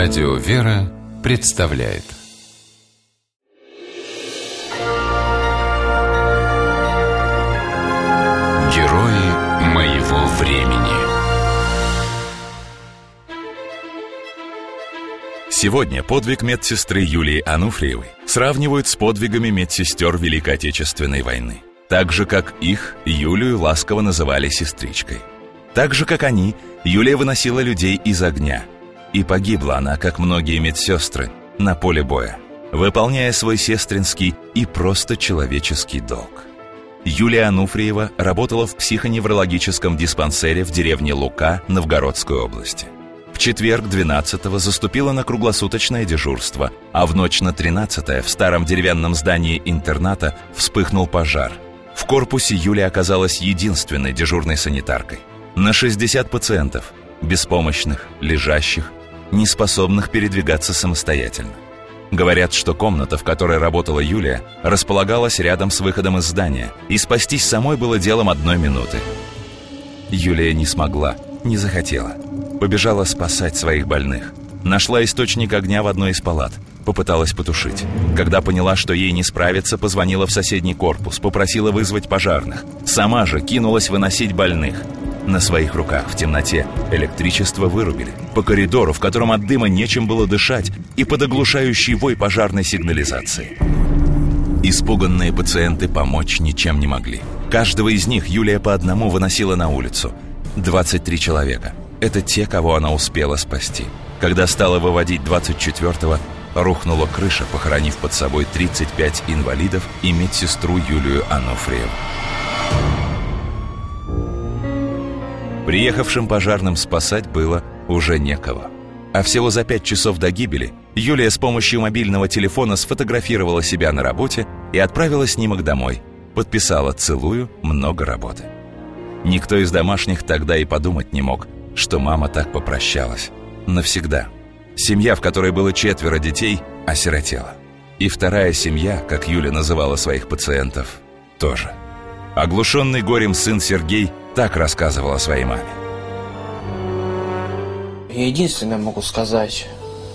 Радио «Вера» представляет Герои моего времени. Сегодня подвиг медсестры Юлии Ануфриевой сравнивают с подвигами медсестер Великой Отечественной войны. Так же, как их, Юлию ласково называли сестричкой. Так же, как они, Юлия выносила людей из огня. И погибла она, как многие медсестры, на поле боя, выполняя свой сестринский и просто человеческий долг. Юлия Ануфриева работала в психоневрологическом диспансере в деревне Лука Новгородской области. В четверг 12-го заступила на круглосуточное дежурство, а в ночь на 13-е в старом деревянном здании интерната вспыхнул пожар. В корпусе Юлия оказалась единственной дежурной санитаркой. На 60 пациентов, беспомощных, лежащих, неспособных передвигаться самостоятельно. Говорят, что комната, в которой работала Юлия, располагалась рядом с выходом из здания, и спастись самой было делом 1 минуты. Юлия не смогла, не захотела. Побежала спасать своих больных. Нашла источник огня в одной из палат. Попыталась потушить. Когда поняла, что ей не справиться, позвонила в соседний корпус, попросила вызвать пожарных. Сама же кинулась выносить больных. На своих руках в темноте электричество вырубили. По коридору, в котором от дыма нечем было дышать, и под оглушающий вой пожарной сигнализации. Испуганные пациенты помочь ничем не могли. Каждого из них Юлия по одному выносила на улицу. 23 человека. Это те, кого она успела спасти. Когда стала выводить 24-го, рухнула крыша, похоронив под собой 35 инвалидов и медсестру Юлию Ануфриеву. Приехавшим пожарным спасать было уже некого. А всего за 5 часов до гибели Юлия с помощью мобильного телефона сфотографировала себя на работе и отправила снимок домой. Подписала «Целую, много работы». Никто из домашних тогда и подумать не мог, что мама так попрощалась. Навсегда. Семья, в которой было 4 детей, осиротела. И вторая семья, как Юля называла своих пациентов, тоже. Оглушенный горем сын Сергей так рассказывал о своей маме. Я единственное могу сказать,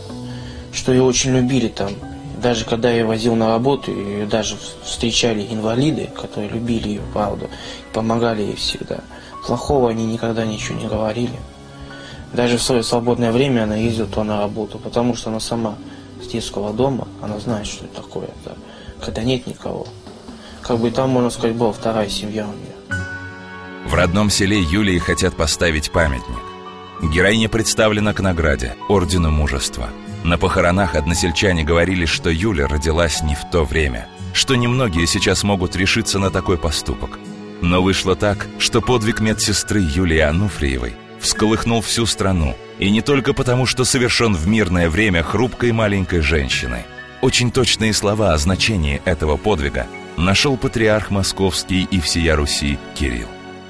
что ее очень любили там. Даже когда я возил на работу, ее даже встречали инвалиды, которые любили ее, правда, помогали ей всегда. Плохого они никогда ничего не говорили. Даже в свое свободное время она ездила туда на работу, потому что она сама с детского дома, она знает, что это такое, да, когда нет никого. Как бы там, можно сказать, была вторая семья у нее. В родном селе Юлии хотят поставить памятник. Героиня представлена к награде, ордену мужества. На похоронах односельчане говорили, что Юля родилась не в то время, что немногие сейчас могут решиться на такой поступок. Но вышло так, что подвиг медсестры Юлии Ануфриевой всколыхнул всю страну. И не только потому, что совершен в мирное время хрупкой маленькой женщиной. Очень точные слова о значении этого подвига нашел патриарх Московский и всея Руси Кирилл.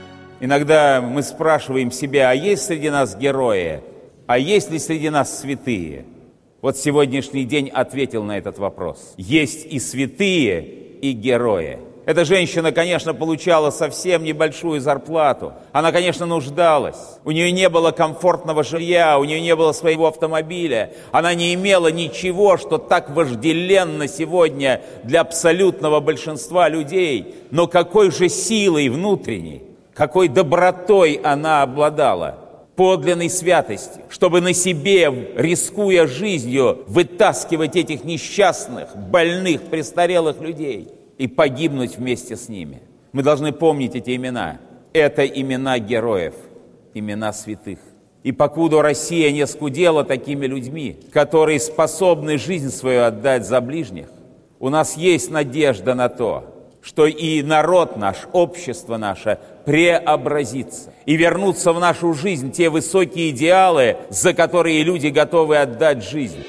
Иногда мы спрашиваем себя, а есть среди нас герои? А есть ли среди нас святые? Вот сегодняшний день ответил на этот вопрос. Есть и святые, и герои. Эта женщина, конечно, получала совсем небольшую зарплату. Она, конечно, нуждалась. У нее не было комфортного жилья, у нее не было своего автомобиля. Она не имела ничего, что так вожделенно сегодня для абсолютного большинства людей. Но какой же силой внутренней, какой добротой она обладала, подлинной святостью, чтобы на себе, рискуя жизнью, вытаскивать этих несчастных, больных, престарелых людей и погибнуть вместе с ними. Мы должны помнить эти имена. Это имена героев, имена святых. И покуда Россия не скудела такими людьми, которые способны жизнь свою отдать за ближних, у нас есть надежда на то, что и народ наш, общество наше преобразится. И вернутся в нашу жизнь те высокие идеалы, за которые люди готовы отдать жизнь.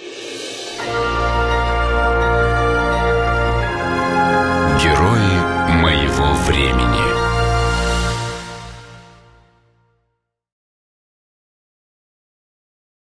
Герои моего времени.